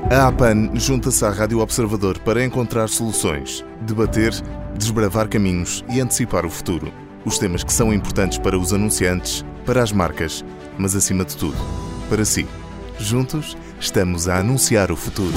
A APAN junta-se à Rádio Observador para encontrar soluções, debater, desbravar caminhos e antecipar o futuro. Os temas que são importantes para os anunciantes, para as marcas, mas acima de tudo, para si. Juntos, estamos a anunciar o futuro.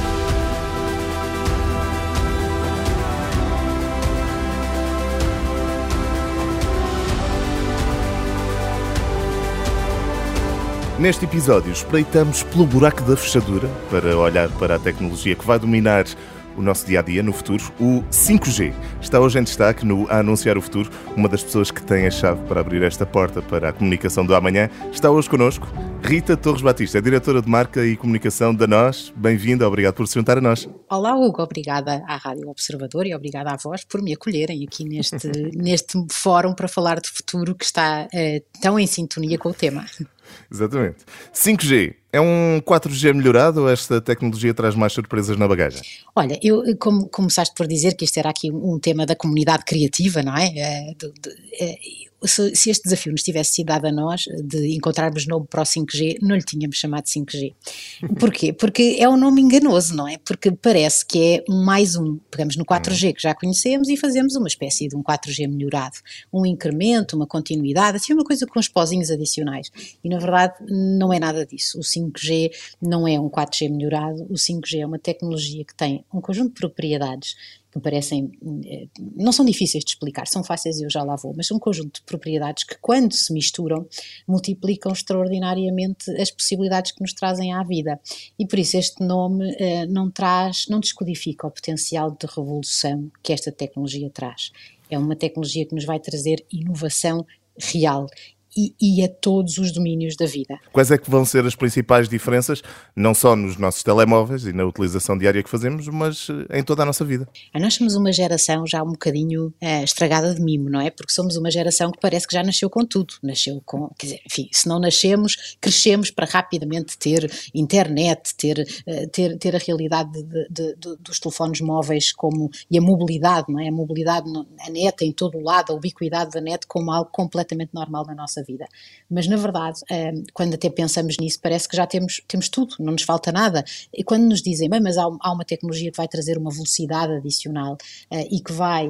Neste episódio, espreitamos pelo buraco da fechadura para olhar para a tecnologia que vai dominar o nosso dia-a-dia no futuro, o 5G. Está hoje em destaque no A Anunciar o Futuro. Uma das pessoas que tem a chave para abrir esta porta para a comunicação do amanhã está hoje connosco, Rita Torres Batista, é diretora de marca e comunicação da NOS. Bem-vinda, obrigado por se juntar a nós. Olá, Hugo, obrigada à Rádio Observador e obrigada a vós por me acolherem aqui neste fórum para falar de futuro que está tão em sintonia com o tema. Exatamente. 5G. É um 4G melhorado ou esta tecnologia traz mais surpresas na bagagem? Olha, como começaste por dizer que este era aqui um tema da comunidade criativa, não é? Se este desafio nos tivesse sido dado a nós, de encontrarmos nome para o 5G, não lhe tínhamos chamado 5G. Porquê? Porque é um nome enganoso, não é? Porque parece que é mais um. Pegamos no 4G que já conhecemos e fazemos uma espécie de um 4G melhorado. Um incremento, uma continuidade, assim uma coisa com uns pozinhos adicionais. E na verdade não é nada disso. O 5G não é um 4G melhorado, o 5G é uma tecnologia que tem um conjunto de propriedades que me parecem, não são difíceis de explicar, são fáceis e eu já lá vou, mas são um conjunto de propriedades que quando se misturam multiplicam extraordinariamente as possibilidades que nos trazem à vida e por isso este nome não descodifica o potencial de revolução que esta tecnologia traz. É uma tecnologia que nos vai trazer inovação real e a todos os domínios da vida. Quais é que vão ser as principais diferenças, não só nos nossos telemóveis e na utilização diária que fazemos, mas em toda a nossa vida? Nós somos uma geração já um bocadinho estragada de mimo, não é? Porque somos uma geração que parece que já nasceu com tudo. Nasceu com, quer dizer, enfim, se não nascemos, crescemos para rapidamente ter internet, ter a realidade dos telefones móveis e a mobilidade, não é? A mobilidade, a net em todo o lado, a ubiquidade da net como algo completamente normal na nossa vida. Mas na verdade, quando até pensamos nisso, parece que já temos tudo, não nos falta nada. E quando nos dizem, bem, mas há uma tecnologia que vai trazer uma velocidade adicional e que vai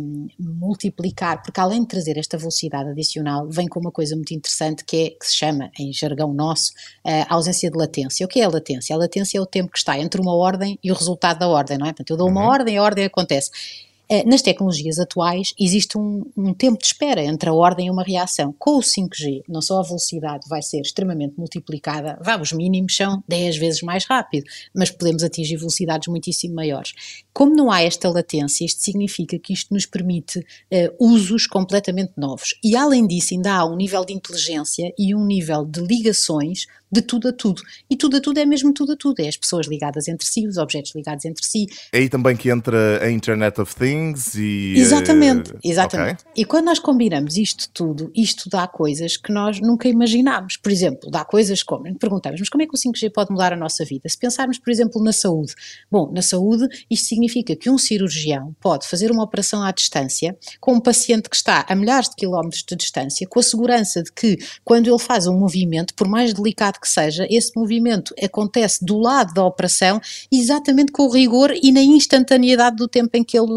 multiplicar, porque além de trazer esta velocidade adicional, vem com uma coisa muito interessante que se chama, em jargão nosso, ausência de latência. O que é a latência? A latência é o tempo que está entre uma ordem e o resultado da ordem, não é? Portanto, eu dou uma ordem e a ordem acontece. Nas tecnologias atuais existe um tempo de espera entre a ordem e uma reação. Com o 5G, não só a velocidade vai ser extremamente multiplicada, os mínimos são 10 vezes mais rápido, mas podemos atingir velocidades muitíssimo maiores. Como não há esta latência, isto significa que isto nos permite usos completamente novos. E além disso ainda há um nível de inteligência e um nível de ligações de tudo a tudo. E tudo a tudo é mesmo tudo a tudo. É as pessoas ligadas entre si, os objetos ligados entre si. É aí também que entra a Internet of Things e... Exatamente. Okay. E quando nós combinamos isto tudo, isto dá coisas que nós nunca imaginámos. Por exemplo, dá coisas como... Perguntamos, mas como é que o 5G pode mudar a nossa vida? Se pensarmos, por exemplo, na saúde. Bom, na saúde isto significa que um cirurgião pode fazer uma operação à distância com um paciente que está a milhares de quilómetros de distância, com a segurança de que quando ele faz um movimento, por mais delicado que seja, esse movimento acontece do lado da operação exatamente com o rigor e na instantaneidade do tempo em que ele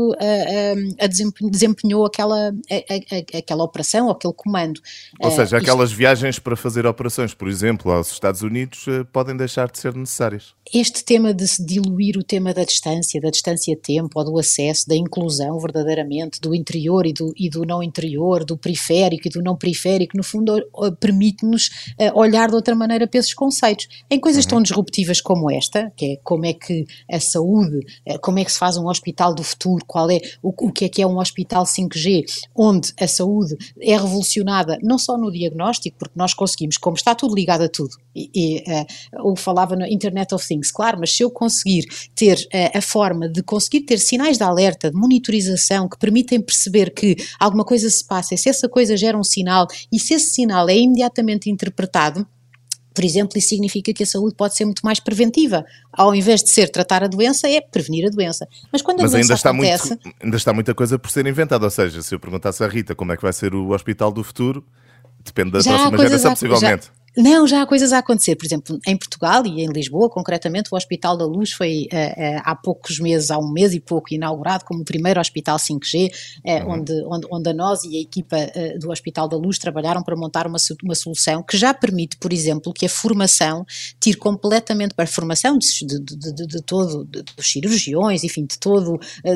desempenhou aquela operação ou aquele comando. Ou seja, aquelas viagens para fazer operações, por exemplo, aos Estados Unidos, podem deixar de ser necessárias. Este tema de se diluir o tema da distância-tempo, ou do acesso, da inclusão verdadeiramente, do interior e do não interior, do periférico e do não periférico, no fundo permite-nos olhar de outra maneira para esses conceitos. Em coisas tão disruptivas como esta, que é como é que a saúde, como é que se faz um hospital do futuro, o que é um hospital 5G, onde a saúde é revolucionada não só no diagnóstico, porque nós conseguimos, como está tudo ligado a tudo, eu falava na Internet of Things, claro, mas se eu conseguir ter a forma de conseguir ter sinais de alerta, de monitorização que permitem perceber que alguma coisa se passa e se essa coisa gera um sinal e se esse sinal é imediatamente interpretado, por exemplo, isso significa que a saúde pode ser muito mais preventiva. Ao invés de ser tratar a doença, é prevenir a doença. Mas quando a doença acontece... ainda está muita coisa por ser inventada. Ou seja, se eu perguntasse à Rita como é que vai ser o Hospital do Futuro, depende da próxima geração, possivelmente. Não, já há coisas a acontecer. Por exemplo, em Portugal e em Lisboa, concretamente, o Hospital da Luz foi há poucos meses, há um mês e pouco, inaugurado como o primeiro hospital 5G, onde a nós e a equipa do Hospital da Luz trabalharam para montar uma solução que já permite, por exemplo, que a formação tire completamente para a formação de todo, dos cirurgiões, enfim, de todo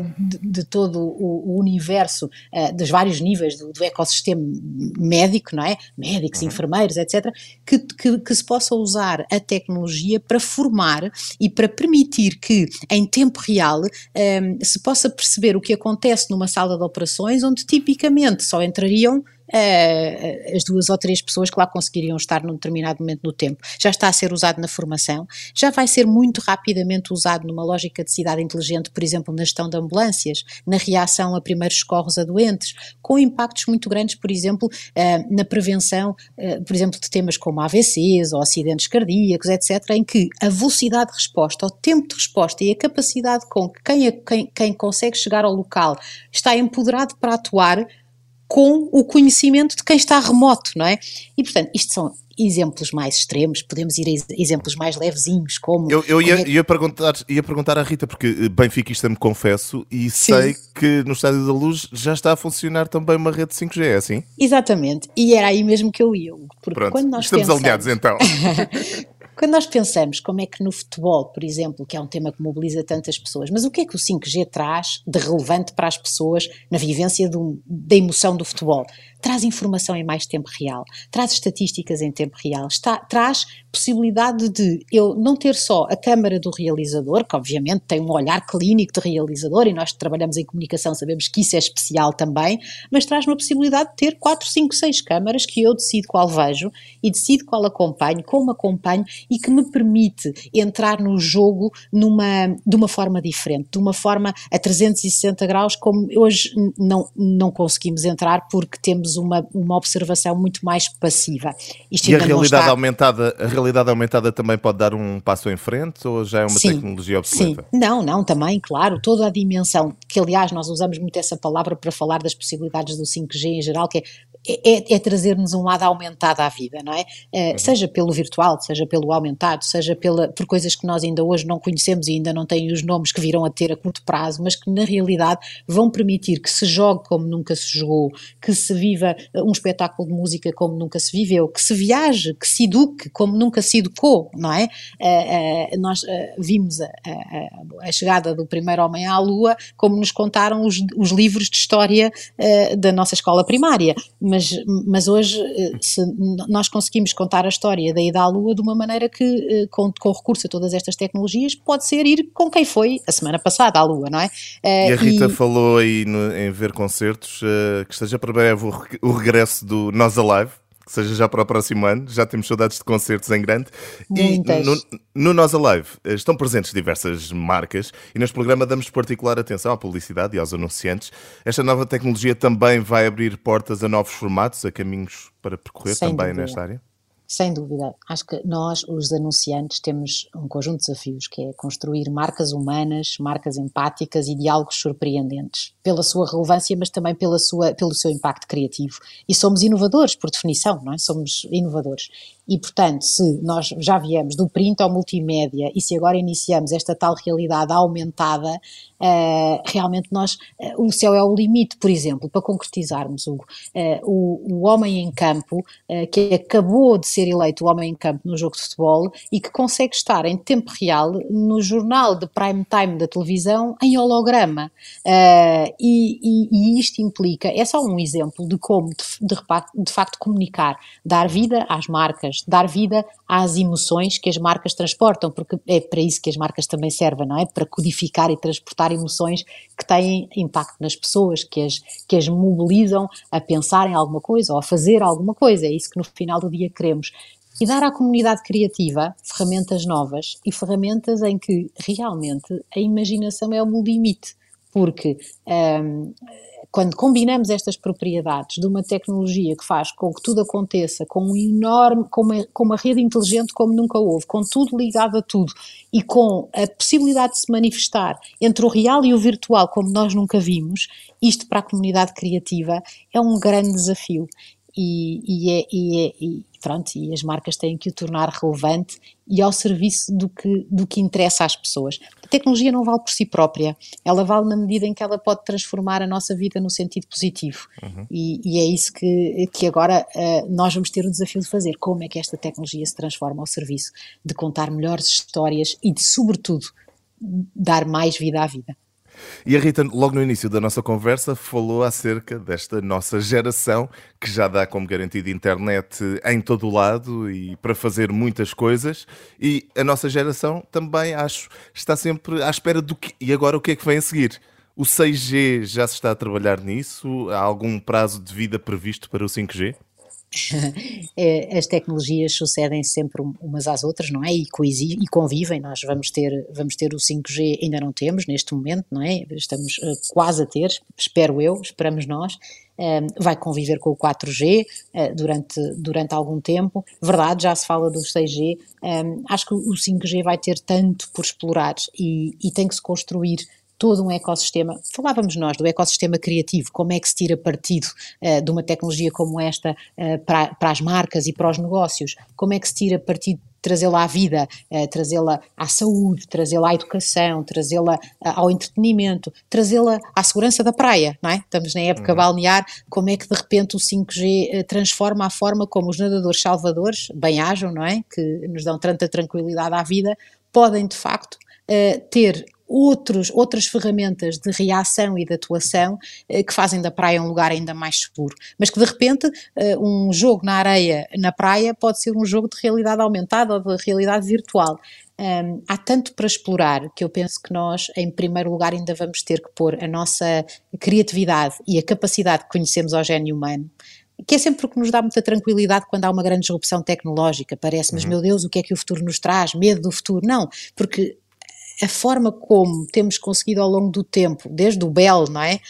o universo, dos vários níveis do ecossistema médico, não é? Médicos, enfermeiros, etc., que se possa usar a tecnologia para formar e para permitir que, em tempo real, se possa perceber o que acontece numa sala de operações, onde tipicamente só entrariam as 2 ou 3 pessoas que lá conseguiriam estar num determinado momento no tempo. Já está a ser usado na formação, já vai ser muito rapidamente usado numa lógica de cidade inteligente, por exemplo, na gestão de ambulâncias, na reação a primeiros socorros a doentes, com impactos muito grandes, por exemplo, na prevenção, por exemplo, de temas como AVCs ou acidentes cardíacos, etc., em que a velocidade de resposta, o tempo de resposta e a capacidade com que quem consegue chegar ao local está empoderado para atuar com o conhecimento de quem está remoto, não é? E, portanto, isto são exemplos mais extremos, podemos ir a exemplos mais levezinhos, como... Eu ia perguntar à Rita, porque benfiquista me confesso, e Sim. sei que no Estádio da Luz já está a funcionar também uma rede 5G, é assim? Exatamente, e era aí mesmo que eu ia, porque Pronto, quando nós estamos alinhados então. Quando nós pensamos como é que no futebol, por exemplo, que é um tema que mobiliza tantas pessoas, mas o que é que o 5G traz de relevante para as pessoas na vivência da emoção do futebol? Traz informação em mais tempo real, traz estatísticas em tempo real, traz possibilidade de eu não ter só a câmara do realizador, que obviamente tem um olhar clínico de realizador, e nós que trabalhamos em comunicação sabemos que isso é especial também, mas traz uma possibilidade de ter 4, 5, 6 câmaras que eu decido qual vejo e decido qual acompanho, como acompanho, e que me permite entrar no jogo de uma forma diferente, de uma forma a 360 graus, como hoje não conseguimos entrar porque temos uma observação muito mais passiva. Isto e a realidade aumentada também pode dar um passo em frente, ou já é uma tecnologia obsoleta? Sim, não, também, claro, toda a dimensão, que aliás nós usamos muito essa palavra para falar das possibilidades do 5G em geral, que é trazer-nos um lado aumentado à vida, não é? Seja pelo virtual, seja pelo aumentado, seja por coisas que nós ainda hoje não conhecemos e ainda não têm os nomes que virão a ter a curto prazo, mas que na realidade vão permitir que se jogue como nunca se jogou, que se viva um espetáculo de música como nunca se viveu, que se viaje, que se eduque como nunca se educou, não é? Nós vimos a chegada do primeiro homem à Lua como nos contaram os livros de história da nossa escola primária, mas hoje se nós conseguimos contar a história da ida à Lua de uma maneira que, com recurso a todas estas tecnologias, pode ser ir com quem foi a semana passada à Lua, não é? E a Rita falou aí em ver concertos, que esteja para breve o regresso do Nós Alive, que seja já para o próximo ano. Já temos saudades de concertos em grande. Muitas. E no Nós Alive estão presentes diversas marcas e neste programa damos particular atenção à publicidade e aos anunciantes. Esta nova tecnologia também vai abrir portas a novos formatos, a caminhos para percorrer também nesta área? Sem dúvida. Acho que nós, os anunciantes, temos um conjunto de desafios, que é construir marcas humanas, marcas empáticas e diálogos surpreendentes, pela sua relevância, mas também pelo seu impacto criativo. E somos inovadores, por definição, não é? Somos inovadores. E, portanto, se nós já viemos do print ao multimédia e se agora iniciamos esta tal realidade aumentada, realmente o céu é o limite. Por exemplo, para concretizarmos, Hugo, o homem em campo, que acabou de ser eleito o homem em campo no jogo de futebol e que consegue estar em tempo real no jornal de prime time da televisão em holograma. E isto implica, é só um exemplo de como, de facto, comunicar, dar vida às marcas, dar vida às emoções que as marcas transportam, porque é para isso que as marcas também servem, não é? Para codificar e transportar emoções que têm impacto nas pessoas, que as mobilizam a pensar em alguma coisa ou a fazer alguma coisa. É isso que no final do dia queremos. E dar à comunidade criativa ferramentas novas e ferramentas em que realmente a imaginação é o limite, porque quando combinamos estas propriedades de uma tecnologia que faz com que tudo aconteça com uma rede inteligente como nunca houve, com tudo ligado a tudo e com a possibilidade de se manifestar entre o real e o virtual como nós nunca vimos, isto para a comunidade criativa é um grande desafio. Pronto, e as marcas têm que o tornar relevante e ao serviço do que interessa às pessoas. A tecnologia não vale por si própria, ela vale na medida em que ela pode transformar a nossa vida no sentido positivo. E é isso que agora nós vamos ter o desafio de fazer. Como é que esta tecnologia se transforma ao serviço de contar melhores histórias e de, sobretudo, dar mais vida à vida. E a Rita, logo no início da nossa conversa, falou acerca desta nossa geração que já dá como garantido internet em todo o lado e para fazer muitas coisas, e a nossa geração também, acho, está sempre à espera do que... E agora o que é que vem a seguir? O 6G já se está a trabalhar nisso? Há algum prazo de vida previsto para o 5G? As tecnologias sucedem sempre umas às outras, não é? E convivem. Nós vamos ter o 5G, ainda não temos neste momento, não é? Estamos quase a ter, esperamos nós. Vai conviver com o 4G durante algum tempo. Verdade, já se fala do 6G. Acho que o 5G vai ter tanto por explorar e tem que se construir todo um ecossistema. Falávamos nós do ecossistema criativo, como é que se tira partido de uma tecnologia como esta para as marcas e para os negócios, como é que se tira partido de trazê-la à vida, trazê-la à saúde, trazê-la à educação, trazê-la ao entretenimento, trazê-la à segurança da praia, não é? Estamos na época balnear, como é que de repente o 5G transforma a forma como os nadadores salvadores, bem-ajam, não é? Que nos dão tanta tranquilidade à vida, podem de facto ter outras ferramentas de reação e de atuação que fazem da praia um lugar ainda mais seguro, mas que de repente um jogo na areia, na praia, pode ser um jogo de realidade aumentada ou de realidade virtual. Há tanto para explorar que eu penso que nós, em primeiro lugar, ainda vamos ter que pôr a nossa criatividade e a capacidade que conhecemos ao gênio humano, que é sempre o que nos dá muita tranquilidade quando há uma grande disrupção tecnológica. Parece, mas meu Deus, o que é que o futuro nos traz? Medo do futuro? Não, porque a forma como temos conseguido ao longo do tempo, desde o Bell, não é?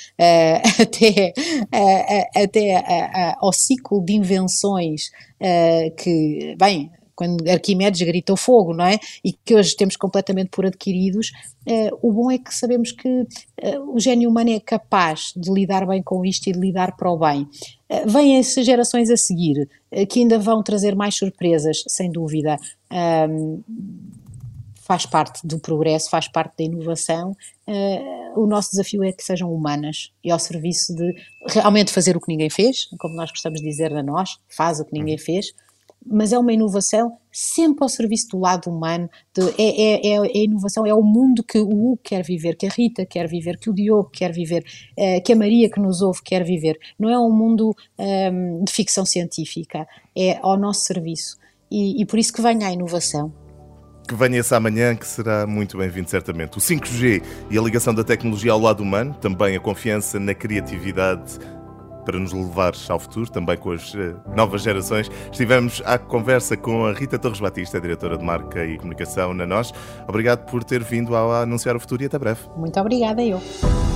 Até ao ciclo de invenções que, bem, quando Arquimedes gritou fogo, não é? E que hoje temos completamente por adquiridos, o bom é que sabemos que o gênio humano é capaz de lidar bem com isto e de lidar para o bem. Vêm-se gerações a seguir que ainda vão trazer mais surpresas, sem dúvida. Faz parte do progresso, faz parte da inovação. O nosso desafio é que sejam humanas e ao serviço de realmente fazer o que ninguém fez, como nós gostamos de dizer a nós, faz o que ninguém fez, mas é uma inovação sempre ao serviço do lado humano. A inovação é o mundo que o Hugo quer viver, que a Rita quer viver, que o Diogo quer viver, que a Maria que nos ouve quer viver. Não é um mundo de ficção científica, é ao nosso serviço e por isso que venha a inovação. Que venha esse amanhã, que será muito bem-vindo, certamente. O 5G e a ligação da tecnologia ao lado humano, também a confiança na criatividade para nos levar ao futuro, também com as novas gerações. Estivemos à conversa com a Rita Torres Batista, diretora de Marca e Comunicação na NOS. Obrigado por ter vindo ao Anunciar o Futuro e até breve. Muito obrigada, eu.